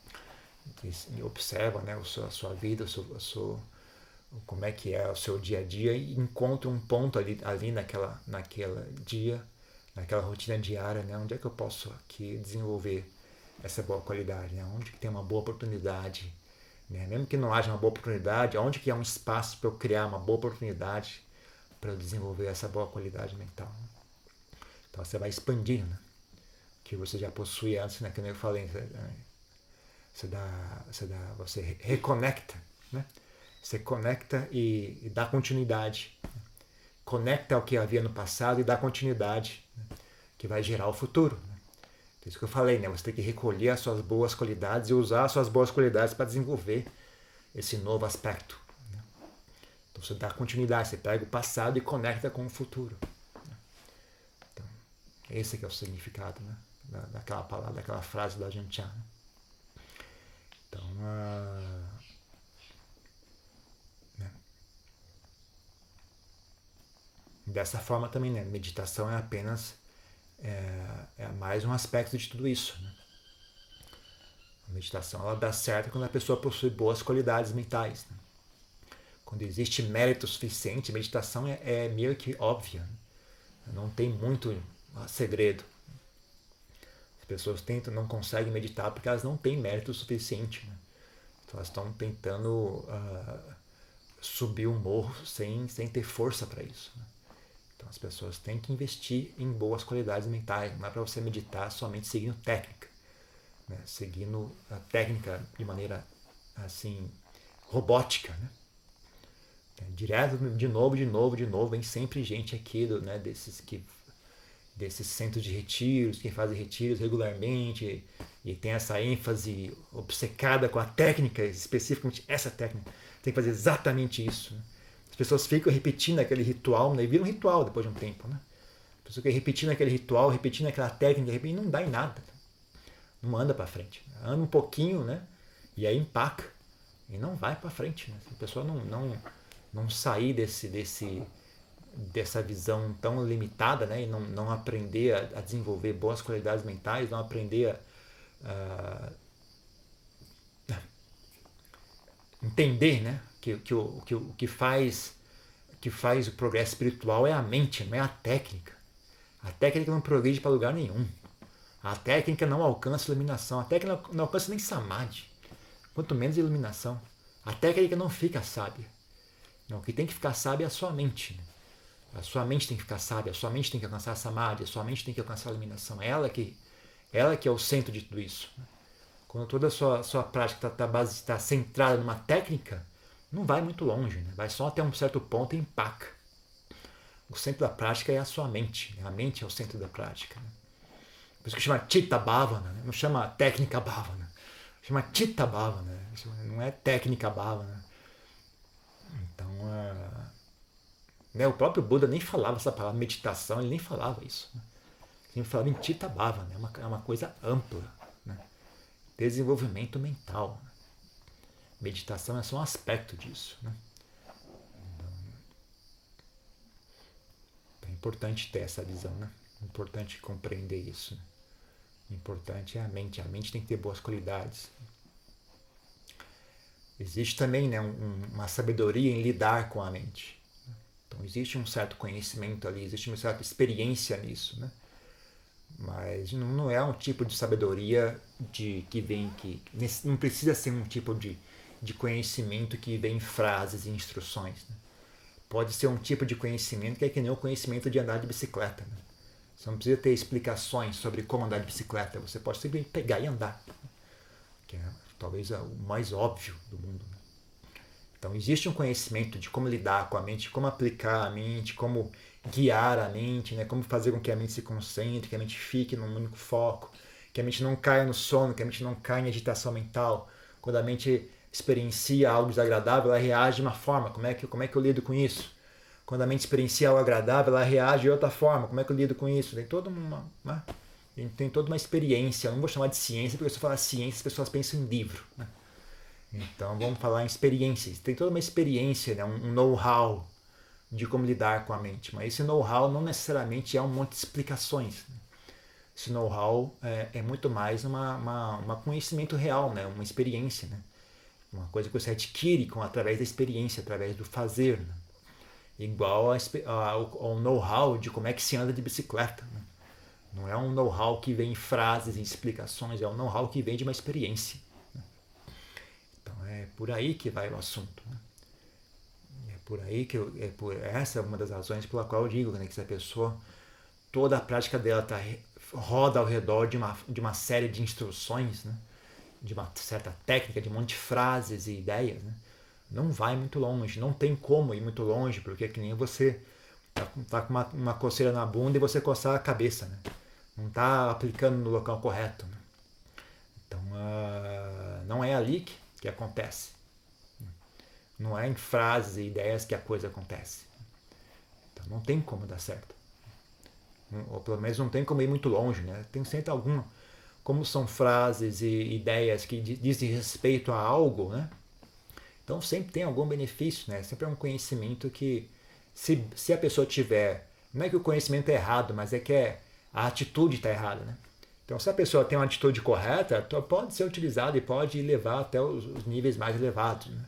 Observa, né, a sua vida, o seu, a sua, como é que é o seu dia a dia e encontra um ponto ali, ali naquela, naquela dia, naquela rotina diária, né, onde é que eu posso aqui desenvolver essa boa qualidade, né, onde que tem uma boa oportunidade, né, mesmo que não haja uma boa oportunidade, onde que há um espaço para eu criar uma boa oportunidade para eu desenvolver essa boa qualidade mental. Então você vai expandindo, né? que você já possui antes, né? Que eu falei, você, dá, você, dá, você reconecta, né? Você conecta e, e dá continuidade. Conecta ao que havia no passado e dá continuidade, né? Que vai gerar o futuro. Né? É isso que eu falei, né? Você tem que recolher as suas boas qualidades e usar as suas boas qualidades para desenvolver esse novo aspecto. Né? Então você dá continuidade, você pega o passado e conecta com o futuro. Né? Então, esse que é o significado, né? da, daquela palavra, daquela frase da Ajahn Chah. Né? Então, uh, né? Dessa forma também, né? Meditação é apenas é, é mais um aspecto de tudo isso. Né? A meditação ela dá certo quando a pessoa possui boas qualidades mentais. Né? Quando existe mérito suficiente, a meditação é, é meio que óbvia. Né? Não tem muito segredo. As pessoas tentam, não conseguem meditar porque elas não têm mérito suficiente. Né? Então elas estão tentando uh, subir um morro sem, sem ter força para isso. Né? Então as pessoas têm que investir em boas qualidades mentais. Não é para você meditar somente seguindo técnica. Né? Seguindo a técnica de maneira assim robótica. Né? Direto, de novo, de novo, de novo. Vem sempre gente aqui do, né, desses que desses centros de retiros, quem faz retiros regularmente e tem essa ênfase obcecada com a técnica, especificamente essa técnica, tem que fazer exatamente isso. Né? As pessoas ficam repetindo aquele ritual, né? E vira um ritual depois de um tempo. Né? As pessoas ficam repetindo aquele ritual, repetindo aquela técnica, e não dá em nada. Não anda para frente. Anda um pouquinho, né? E aí empaca. E não vai para frente. Né? Se a pessoa não, não, não sair desse... desse dessa visão tão limitada, né, e não, não aprender a, a desenvolver boas qualidades mentais, não aprender a, a entender, né, que, que, o, que o que faz que faz o progresso espiritual é a mente, não é a técnica. A técnica não progride para lugar nenhum. A técnica não alcança iluminação. A técnica não, não alcança nem samadhi, quanto menos iluminação. A técnica não fica sábia. Não, o que tem que ficar sábio é a sua mente. Né? A sua mente tem que ficar sábia, a sua mente tem que alcançar a samadhi, a sua mente tem que alcançar a iluminação. É ela que, ela que é o centro de tudo isso. Quando toda a sua, sua prática está tá tá centrada numa técnica, não vai muito longe, né? Vai só até um certo ponto e empaca. O centro da prática é a sua mente. Né? A mente é o centro da prática. Né? Por isso que chama Chitta Bhavana, né? Não chama técnica Bhavana. Chama Chitta Bhavana. Né? Não é técnica Bhavana. Então, uh... Né, o próprio Buda nem falava essa palavra meditação, ele nem falava isso. Né? Ele falava em Chitta Bhavana, né? é, uma, é uma coisa ampla. Né? Desenvolvimento mental. Né? Meditação é só um aspecto disso. Né? Então, é importante ter essa visão, né? É importante compreender isso. Né? O importante é a mente. A mente tem que ter boas qualidades. Existe também, né, um, uma sabedoria em lidar com a mente. Então existe um certo conhecimento ali, existe uma certa experiência nisso, né? Mas não, não é um tipo de sabedoria de, que vem que não precisa ser um tipo de, de conhecimento que vem em frases e instruções. Né? Pode ser um tipo de conhecimento que é que nem o conhecimento de andar de bicicleta. Né? Você não precisa ter explicações sobre como andar de bicicleta, você pode simplesmente pegar e andar, que é talvez o mais óbvio do mundo. Né? Então existe um conhecimento de como lidar com a mente, como aplicar a mente, como guiar a mente, né? Como fazer com que a mente se concentre, que a mente fique num único foco, que a mente não caia no sono, que a mente não caia em agitação mental. Quando a mente experiencia algo desagradável, ela reage de uma forma. Como é que, como é que eu lido com isso? Quando a mente experiencia algo agradável, ela reage de outra forma. Como é que eu lido com isso? Tem toda uma, né? Tem toda uma experiência. Eu não vou chamar de ciência, porque se eu falar ciência, as pessoas pensam em livro, né? Então vamos falar em experiências. Tem toda uma experiência, né? um know-how de como lidar com a mente. Mas esse know-how não necessariamente é um monte de explicações. Né? Esse know-how é, é muito mais uma, uma, uma conhecimento real, né? Uma experiência. Né? Uma coisa que você adquire com, através da experiência, através do fazer. Né? Igual ao know-how de como é que se anda de bicicleta. Né? Não é um know-how que vem em frases, em explicações, é um know-how que vem de uma experiência. É por aí que vai o assunto. Né? É por aí que eu, é por, essa é uma das razões pela qual eu digo, né, que se a pessoa, toda a prática dela está roda ao redor de uma, de uma série de instruções, né? De uma certa técnica, de um monte de frases e ideias, né? Não vai muito longe, não tem como ir muito longe, porque é que nem você tá, tá com uma, uma coceira na bunda e você coçar a cabeça, né? Não está aplicando no local correto, né? Então, uh, não é ali que, que acontece. Não é em frases e ideias que a coisa acontece. Então, não tem como dar certo. Ou pelo menos não tem como ir muito longe, né? Tem sempre alguma... Como são frases e ideias que dizem respeito a algo, né? Então sempre tem algum benefício, né? Sempre é um conhecimento que, se, se a pessoa tiver... Não é que o conhecimento é errado, mas é que é, a atitude está errada, né? Então se a pessoa tem uma atitude correta, pode ser utilizada e pode levar até os, os níveis mais elevados, né?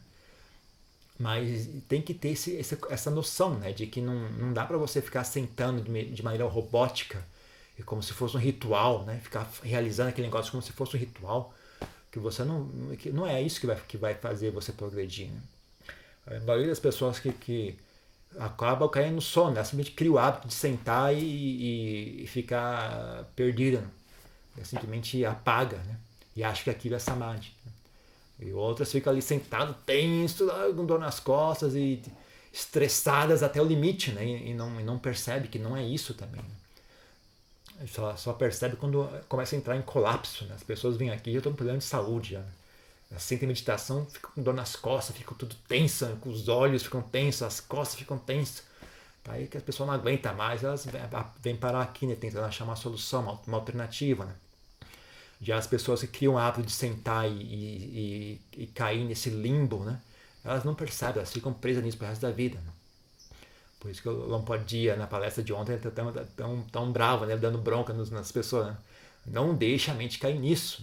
Mas tem que ter esse, essa noção, né, de que não, não dá para você ficar sentando de maneira robótica, como se fosse um ritual, né, ficar realizando aquele negócio como se fosse um ritual, que você não, que não é isso que vai, que vai fazer você progredir. Né? A maioria das pessoas que, que acabam caindo no sono, né, simplesmente cria o hábito de sentar e, e, e ficar perdida, né? Simplesmente apaga, né, e acha que aquilo é samadhi. Né? E outras ficam ali sentado tenso, com dor nas costas e estressadas até o limite, né? E, não, e não percebe que não é isso também. Né? Só, só percebe quando começa a entrar em colapso. Né? As pessoas vêm aqui e já estão com problema de saúde. Já, né? Elas sentem meditação, ficam com dor nas costas, ficam tudo tensa, com os olhos ficam tensos, as costas ficam tensas. Aí que as pessoas não aguentam mais, elas vêm parar aqui, né? Tentando achar uma solução, uma alternativa. Né? Já as pessoas que criam o hábito de sentar e, e, e, e cair nesse limbo, né? Elas não percebem, elas ficam presas nisso pro resto da vida. Né? Por isso que o Lompodia, na palestra de ontem, está tão, tão, tão bravo, né? Dando bronca nos, nas pessoas. Né? Não deixa a mente cair nisso.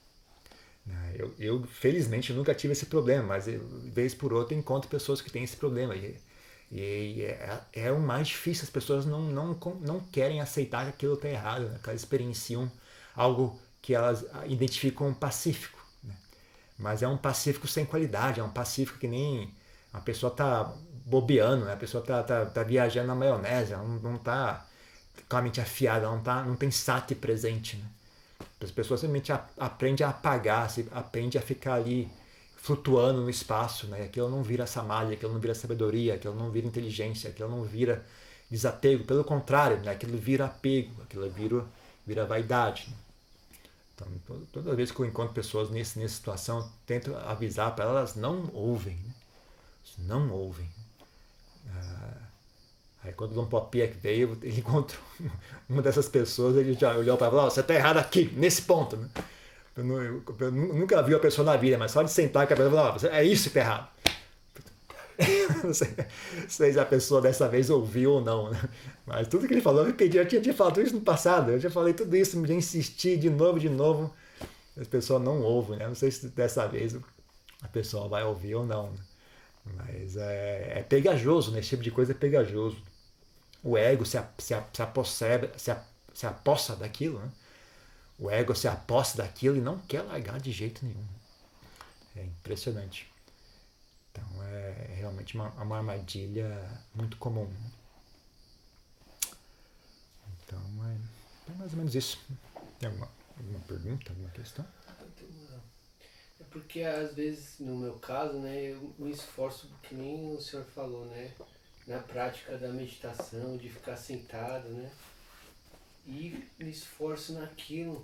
Né? Eu, eu, felizmente, nunca tive esse problema, mas de vez por outra eu encontro pessoas que têm esse problema. E, e é, é o mais difícil, as pessoas não, não, não querem aceitar que aquilo está errado, né? Que elas experienciam algo que elas identificam um pacífico. Né? Mas é um pacífico sem qualidade, é um pacífico que nem a pessoa está bobeando, né? A pessoa está tá, tá viajando na maionese, ela não está com a mente afiada, ela não, tá, não tem sati presente. Né? As pessoas simplesmente aprendem a apagar, aprendem a ficar ali flutuando no espaço. Né? Aquilo não vira samadhi, aquilo não vira sabedoria, aquilo não vira inteligência, aquilo não vira desapego. Pelo contrário, né? Aquilo vira apego, aquilo vira, vira vaidade. Né? Então, toda vez que eu encontro pessoas nesse, nessa situação, eu tento avisar para elas, elas não ouvem. Né? Não ouvem. Ah, aí quando o Dom Popia veio, ele encontrou uma dessas pessoas, ele já olhou para ela e falou, oh, você está errado aqui, nesse ponto. Né? Eu, não, eu, eu nunca vi a pessoa na vida, mas só de sentar com a pessoa e falar, oh, é isso que está errado. Não sei, sei se a pessoa dessa vez ouviu ou não, né? Mas tudo que ele falou eu repeti, eu tinha, tinha falado tudo isso no passado, eu já falei tudo isso, já insisti de novo, de novo, as pessoas não ouvem, né? Não sei se dessa vez a pessoa vai ouvir ou não, né? Mas é, é pegajoso, né? Esse tipo de coisa é pegajoso. O ego se, a, se, a, se, apossebe, se, a, se apossa daquilo, né? O ego se apossa daquilo e não quer largar de jeito nenhum. É impressionante. Então é realmente uma, uma armadilha muito comum. Então é, é mais ou menos isso. Tem alguma, alguma pergunta, alguma questão? É porque às vezes, no meu caso, né, eu me esforço, que nem o senhor falou, né, na prática da meditação, de ficar sentado, né, e me esforço naquilo.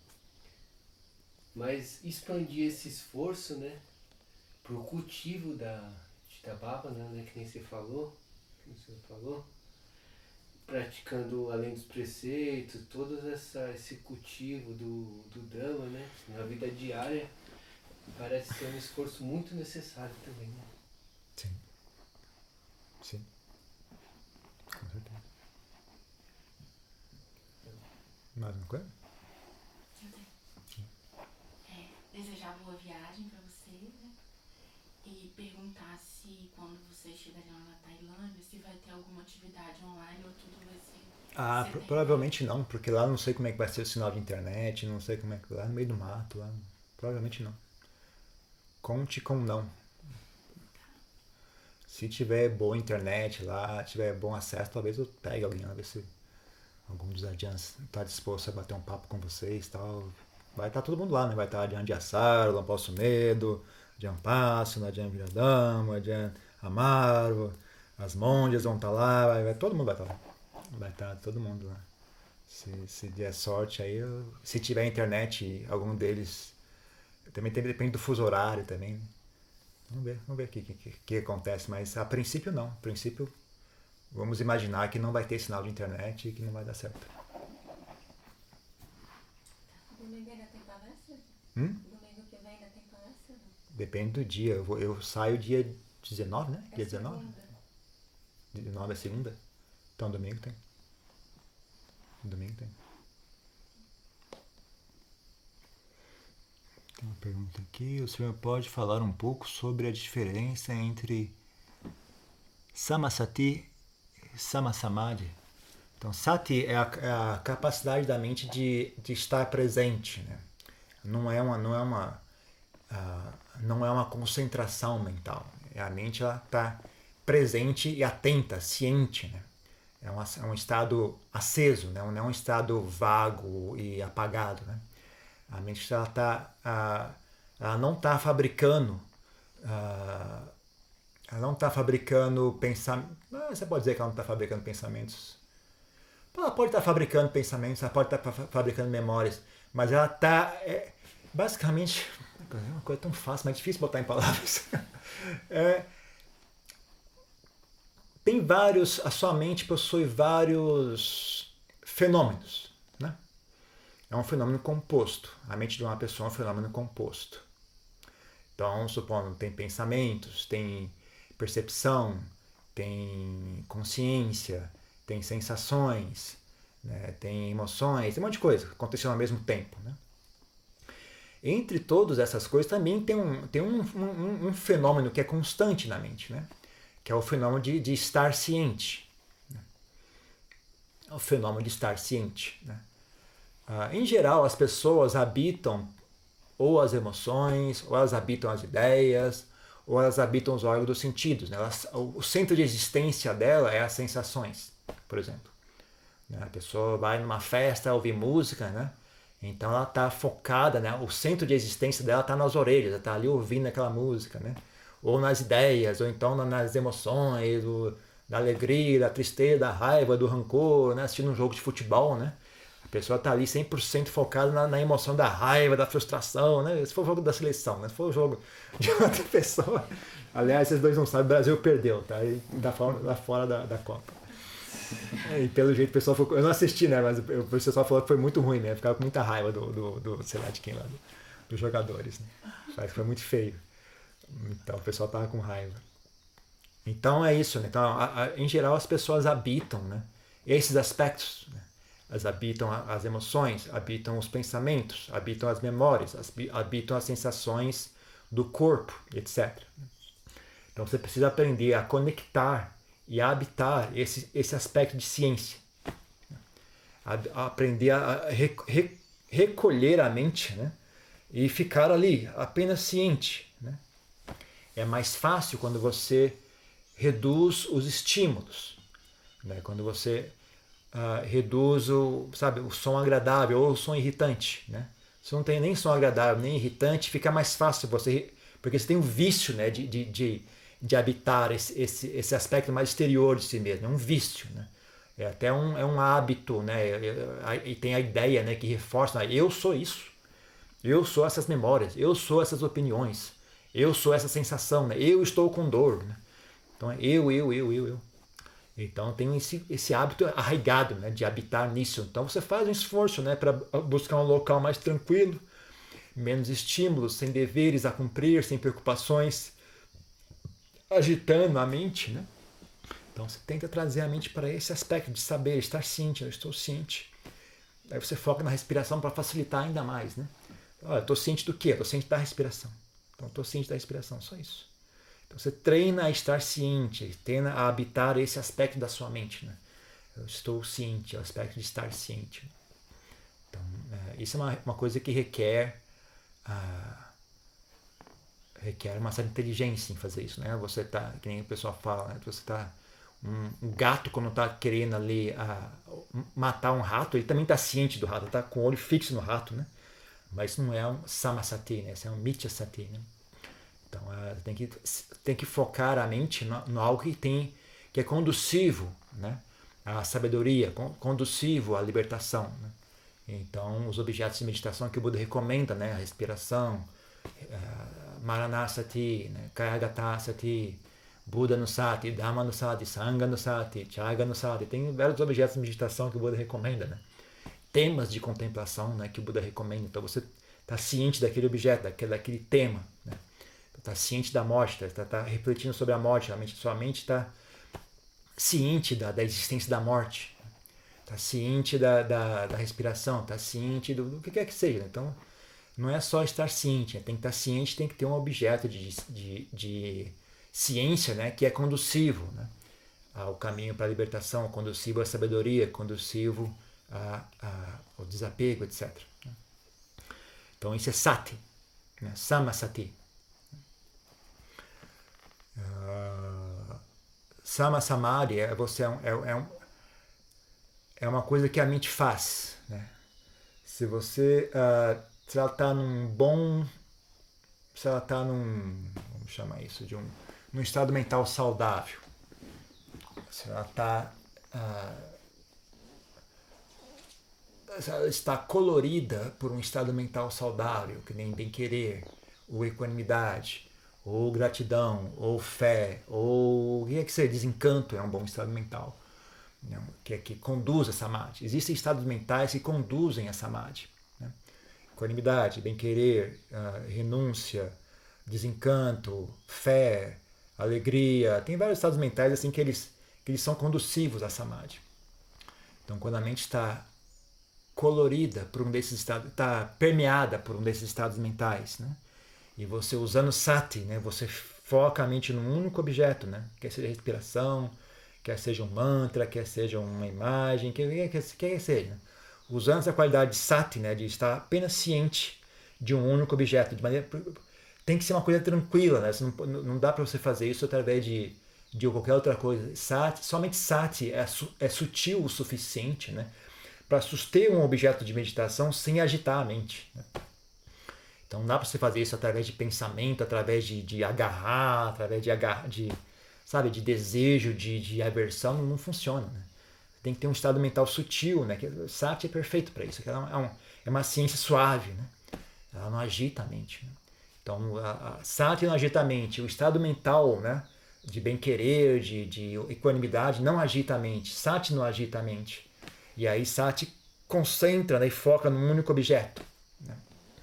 Mas expandir esse esforço, né, para o cultivo da Chitta-Bhavana, né, que nem você falou, que o senhor falou, praticando além dos preceitos, todo essa, esse cultivo do, do Dhamma, né, na vida diária, parece ser um esforço muito necessário também. Né? Sim. Sim. Com certeza. Mais uma coisa? Desejar boa viagem para você, né? E perguntar se quando você estiver lá na Tailândia, se vai ter alguma atividade online ou tudo vai ser... Ah, pro, provavelmente não, porque lá não sei como é que vai ser o sinal de internet, não sei como é que lá no meio do mato, lá, provavelmente não. Conte com não. Se tiver boa internet lá, tiver bom acesso, talvez eu pegue alguém lá, ver se algum dos adiãs está disposto a bater um papo com vocês e tal, vai estar todo mundo lá, né? Vai estar Adian de Assaro, Dom Posso Medo, Adian Passo, Adian Viradama, Adian Amaro, as monjas vão estar lá, vai, vai, todo mundo vai estar lá. Vai estar todo mundo lá. Se, se der sorte aí, eu, se tiver internet, algum deles. Também tem, depende do fuso horário também. Né? Vamos ver, vamos ver o que, que, que acontece, mas a princípio não. A princípio, vamos imaginar que não vai ter sinal de internet e que não vai dar certo. Domingo ainda tem palestra? Hum? Domingo que vem ainda tem palestra? Depende do dia. Eu, vou, eu saio dia dezenove, né? É Dia dezenove? dezenove é segunda? Então domingo tem. Domingo tem. Tem uma pergunta aqui. O senhor pode falar um pouco sobre a diferença entre Samasati e Samasamadhi? Então, Sati é a, é a capacidade da mente de, de estar presente, né? Não é uma, não é uma, uh, não é uma concentração mental. A mente está presente e atenta, ciente, né? É, uma, é um estado aceso, né? Não é um estado vago e apagado, né? A mente ela tá, uh, ela não está fabricando, uh, ela não está fabricando pensamentos. Você pode dizer que ela não está fabricando pensamentos. Ela pode estar fabricando pensamentos, ela pode estar fabricando memórias, mas ela está, é, basicamente, é uma coisa tão fácil, mas difícil botar em palavras. É, tem vários, a sua mente possui vários fenômenos, né? É um fenômeno composto. A mente de uma pessoa é um fenômeno composto. Então, supondo, tem pensamentos, tem percepção, tem consciência, tem sensações, né? Tem emoções, tem um monte de coisa acontecendo ao mesmo tempo, né? Entre todas essas coisas também tem um, tem um, um, um fenômeno que é constante na mente, né? Que é o fenômeno de, de estar ciente. Né? É o fenômeno de estar ciente, né? Ah, em geral, as pessoas habitam ou as emoções, ou elas habitam as ideias, ou elas habitam os órgãos dos sentidos. Né? Elas, o centro de existência dela é as sensações, por exemplo. A pessoa vai numa festa ouvir música, né? Então ela está focada, né? O centro de existência dela está nas orelhas, ela está ali ouvindo aquela música, né? Ou nas ideias, ou então nas emoções, do, da alegria, da tristeza, da raiva, do rancor, né? Assistindo um jogo de futebol, né? A pessoa está ali cem por cento focada na, na emoção da raiva, da frustração, né? Se for o jogo da seleção, né? Se for o jogo de outra pessoa... Aliás, vocês dois não sabem, o Brasil perdeu, tá? E tá fora, tá fora da, da Copa. E pelo jeito o pessoal ficou... Eu não assisti, né? Mas o pessoal falou que foi muito ruim, né? Ficava com muita raiva do, do, do sei lá de quem lá, do, dos jogadores, né? Parece que foi muito feio. Então o pessoal tava com raiva. Então é isso, né? Então, a, a, em geral as pessoas habitam, né? Esses aspectos, né? Elas habitam as emoções, habitam os pensamentos, habitam as memórias, habitam as sensações do corpo, etcétera. Então você precisa aprender a conectar e a habitar esse, esse aspecto de ciência. A, a aprender a re, re, recolher a mente, né? E ficar ali, apenas ciente. Né? É mais fácil quando você reduz os estímulos. Né? Quando você... Uh, reduz o, sabe, o som agradável ou o som irritante, né? Se não tem nem som agradável nem irritante, fica mais fácil você, porque você tem um vício, né, de, de, de, de habitar esse, esse, esse aspecto mais exterior de si mesmo, é um vício, né? É até um, é um hábito, né? E tem a ideia, né, que reforça, né? Eu sou isso, eu sou essas memórias, eu sou essas opiniões, eu sou essa sensação, né? Eu estou com dor, né? Então é eu, eu, eu, eu, eu. Então tem esse, esse hábito arraigado, né, de habitar nisso. Então você faz um esforço, né, para buscar um local mais tranquilo, menos estímulos, sem deveres a cumprir, sem preocupações, agitando a mente. Né? Então você tenta trazer a mente para esse aspecto de saber, estar ciente, eu estou ciente. Aí você foca na respiração para facilitar ainda mais. Né? Olha, eu estou ciente do quê? Estou ciente da respiração. Então estou ciente da respiração, só isso. Então você treina a estar ciente, treina a habitar esse aspecto da sua mente. Né? Eu estou ciente, é o aspecto de estar ciente. Então, é, isso é uma, uma coisa que requer, ah, requer uma certa inteligência em fazer isso. Né? Você está, que nem o pessoal fala, né? Você está Um, um gato, quando está querendo ali a, matar um rato, ele também está ciente do rato, está com o olho fixo no rato, né? Mas isso não é um samasati, né? Isso é um mithya-sati, né? Então uh, tem, que, tem que focar a mente no, no algo que, tem, que é conducivo, né? À sabedoria, conducivo à libertação, né? Então, os objetos de meditação que o Buda recomenda, né? A respiração, uh, Maranasati, né? Kayagatasati, Buda no Sati, Dhamma no Sati, Sangha no Sati, Chaga no Sati. Tem vários objetos de meditação que o Buda recomenda, né? Temas de contemplação, né? Que o Buda recomenda. Então, você está ciente daquele objeto, daquele, daquele tema, né? Está ciente da morte, está tá refletindo sobre a morte, a mente, sua mente está ciente da, da existência da morte, está ciente da, da, da respiração, está ciente do, do que quer que seja. Então, não é só estar ciente, tem que estar ciente, tem que ter um objeto de, de, de ciência, né, que é conducivo, né, ao caminho para a libertação, conducivo à sabedoria, conducivo a, a, ao desapego, etcétera. Então, isso é sati, né, samasati. Uh, Sama Samadhi é, você é, um, é, um, é uma coisa que a mente faz, né? Se você uh, se ela está num bom, se ela está num, vamos chamar isso de um, num estado mental saudável, se ela está uh, se ela está colorida por um estado mental saudável, que nem bem-querer ou equanimidade, ou gratidão, ou fé, ou o que é que seja, desencanto é um bom estado mental, né? que é que conduz a samadhi. Existem estados mentais que conduzem a samadhi, né? Equanimidade, bem-querer, uh, renúncia, desencanto, fé, alegria. Tem vários estados mentais assim que eles, que eles são conducivos à samadhi. Então, quando a mente está colorida por um desses estados, está permeada por um desses estados mentais, né? E você usando sati, né, você foca a mente num único objeto, né? Quer seja respiração, quer seja um mantra, quer seja uma imagem, quer, quer, quer seja. Usando essa qualidade de sati, né, de estar apenas ciente de um único objeto. De maneira, tem que ser uma coisa tranquila, né? Você não, não dá para você fazer isso através de, de qualquer outra coisa. Sati, somente sati é, é sutil o suficiente, né, para suster um objeto de meditação sem agitar a mente, né? Então não dá para você fazer isso através de pensamento, através de, de agarrar, através de, agarrar, de, sabe, de desejo, de, de aversão, não, não funciona, né? Tem que ter um estado mental sutil, né? Que sati é perfeito para isso. É, um, é uma ciência suave, né? Ela não agita a mente, né? Então a, a sati não agita a mente, o estado mental, né, de bem-querer, de, de equanimidade não agita a mente, sati não agita a mente. E aí sati concentra, né, e foca num único objeto, né?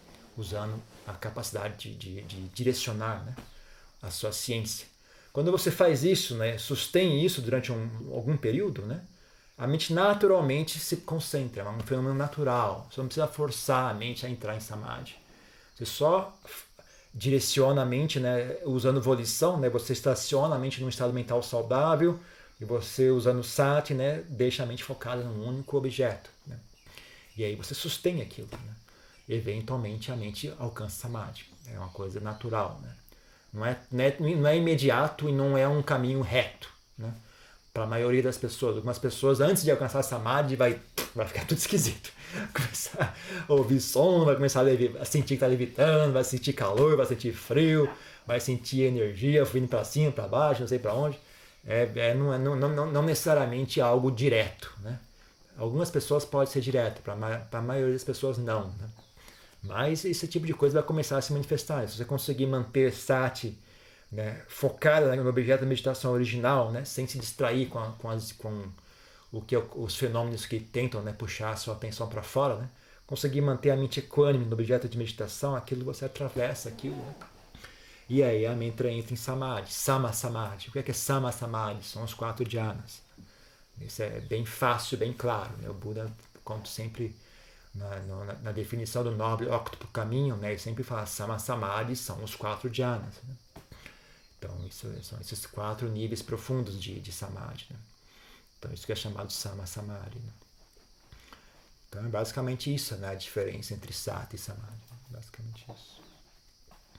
Usando a capacidade de, de, de direcionar, né, a sua ciência. Quando você faz isso, né, sustém isso durante um, algum período, né, a mente naturalmente se concentra, é um fenômeno natural. Você não precisa forçar a mente a entrar em samadhi. Você só direciona a mente, né, usando volição, né, você estaciona a mente num estado mental saudável e você, usando sati, né, deixa a mente focada num único objeto, né, e aí você sustém aquilo, né. Eventualmente a mente alcança samadhi. É uma coisa natural, né? Não é, não é, não é imediato e não é um caminho reto, né? Para a maioria das pessoas. Algumas pessoas, antes de alcançar samadhi, vai, vai ficar tudo esquisito. Vai começar a ouvir som, vai começar a, levi, a sentir que está levitando, vai sentir calor, vai sentir frio, vai sentir energia vindo para cima, para baixo, não sei para onde. É, é, não, é, não, não, não necessariamente algo direto, né? Algumas pessoas pode ser direto, para a maioria das pessoas não, né? Mas esse tipo de coisa vai começar a se manifestar. Se você conseguir manter sati, né, focada no objeto da meditação original, né, sem se distrair com, a, com, as, com o que, os fenômenos que tentam, né, puxar a sua atenção para fora, né, conseguir manter a mente equânime no objeto de meditação, aquilo você atravessa aquilo, né, e aí a mente entra em samadhi, sama samadhi. O que é, que é sama samadhi? São os quatro dhyanas. Isso é bem fácil, bem claro, né? O Buda, como sempre, Na, na, na definição do nobre octuplo caminho, né, ele sempre fala sama samadhi são os quatro dhyanas, né? Então isso, são esses quatro níveis profundos de, de samadhi, né? Então isso que é chamado sama samadhi, né? Então é basicamente isso, né, a diferença entre sati e samadhi, né? Basicamente isso.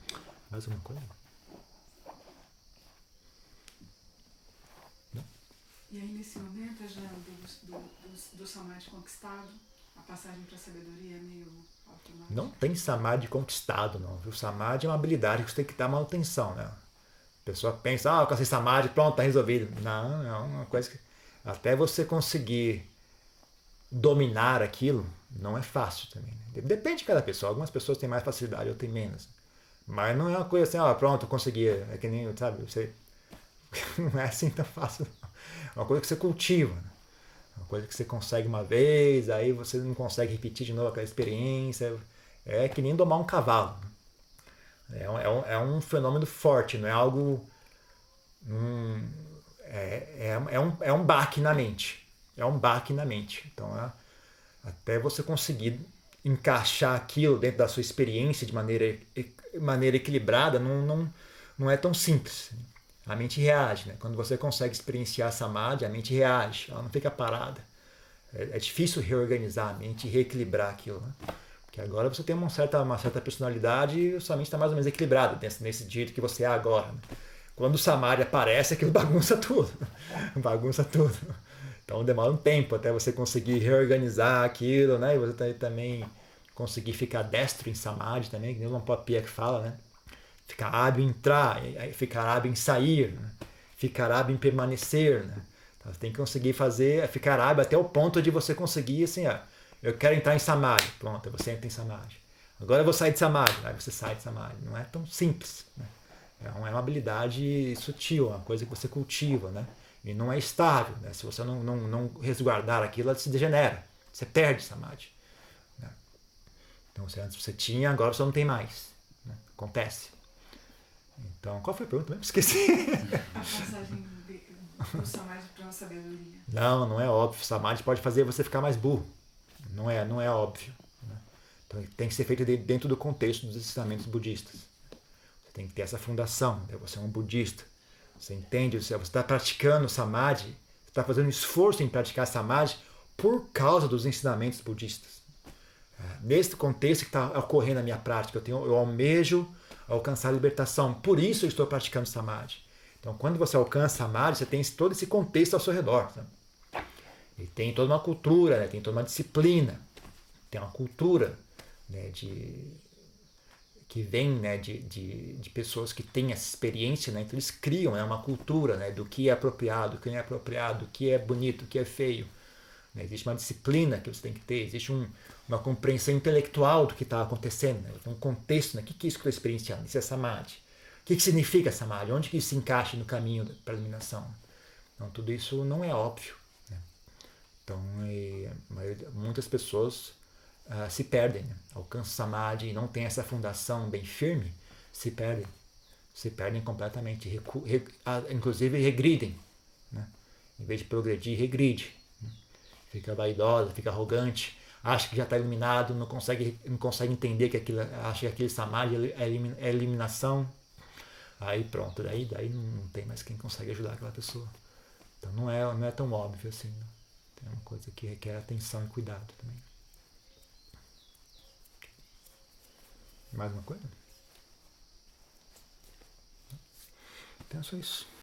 Mais alguma coisa? Não? nesse momento, já do, do, do, do samadhi conquistado, a passagem para a sabedoria é meio automática? Não tem samadhi conquistado, não. O samadhi é uma habilidade que você tem que dar manutenção, né? A pessoa pensa, ah, eu alcancei samadhi, pronto, tá resolvido. Não, é uma coisa que até você conseguir dominar aquilo, não é fácil também. Né? Depende de cada pessoa. Algumas pessoas têm mais facilidade, outras têm menos. Mas não é uma coisa assim, ah, pronto, eu consegui. É que nem, sabe, você... não é assim tão fácil. É uma coisa que você cultiva. Né? Uma coisa que você consegue uma vez, aí você não consegue repetir de novo aquela experiência. É que nem domar um cavalo. É um, é um, é um fenômeno forte, não é algo... Hum, é, é, é, um, é um baque na mente. É um baque na mente. Então, é, até você conseguir encaixar aquilo dentro da sua experiência de maneira, maneira equilibrada, não, não, não é tão simples. A mente reage. Né? Quando você consegue experienciar samadhi, a mente reage. Ela não fica parada. É, é difícil reorganizar a mente e reequilibrar aquilo. Né? Porque agora você tem uma certa, uma certa personalidade e sua mente está mais ou menos equilibrada nesse, nesse jeito que você é agora. Né? Quando o samadhi aparece, aquilo bagunça tudo. bagunça tudo. Então demora um tempo até você conseguir reorganizar aquilo, né? E você também conseguir ficar destro em samadhi também, que nem o Lampapia que fala, né? Ficar hábil em entrar, ficar hábil em sair, né? Ficar hábil em permanecer, né? Então, você tem que conseguir fazer, ficar hábil até o ponto de você conseguir, assim, ó, eu quero entrar em samadhi, pronto, você entra em samadhi. Agora eu vou sair de samadhi, aí você sai de samadhi. Não é tão simples, né? É uma habilidade sutil, uma coisa que você cultiva, né? E não é estável, né? Se você não, não, não resguardar aquilo, ela se degenera. Você perde samadhi. Né? Então, se antes você tinha, agora você não tem mais. Né? Acontece. Então, qual foi a pergunta mesmo? Esqueci. A passagem do samadhi para a sabedoria. Não, não é óbvio. Samadhi pode fazer você ficar mais burro. Não é, não é óbvio. Né? Então, tem que ser feito dentro do contexto dos ensinamentos budistas. Você tem que ter essa fundação. Né? Você é um budista. Você entende? Você está praticando samadhi, você está fazendo esforço em praticar samadhi por causa dos ensinamentos budistas. É, nesse contexto que está ocorrendo a minha prática, eu, tenho, eu almejo alcançar a libertação, por isso eu estou praticando samadhi. Então, quando você alcança samadhi, você tem todo esse contexto ao seu redor. Sabe? E tem toda uma cultura, né? Tem toda uma disciplina, tem uma cultura, né, de... que vem, né, de, de, de pessoas que têm essa experiência, né, então eles criam, né, uma cultura, né, do que é apropriado, do que não é apropriado, do que é bonito, do que é feio. Né, existe uma disciplina que você tem que ter, existe um, uma compreensão intelectual do que está acontecendo, né, um contexto, né, o que, que é isso que eu estou experienciando, isso é samadhi. O que, que significa samadhi? Onde que isso se encaixa no caminho para a iluminação? Então tudo isso não é óbvio. Né? Então é, muitas pessoas Uh, se perdem, né? Alcançam samadhi e não tem essa fundação bem firme, se perdem, se perdem completamente, recu- re- uh, inclusive regridem, né? Em vez de progredir, regride, né? Fica vaidosa, fica arrogante, acha que já está iluminado, não consegue, não consegue entender que aquilo, acha que aquele samadhi é, elimin- é eliminação, aí pronto, daí, daí não, não tem mais quem consegue ajudar aquela pessoa. Então não é, não é tão óbvio assim, né? Tem uma coisa que requer atenção e cuidado também. Mais uma coisa? Então é só isso.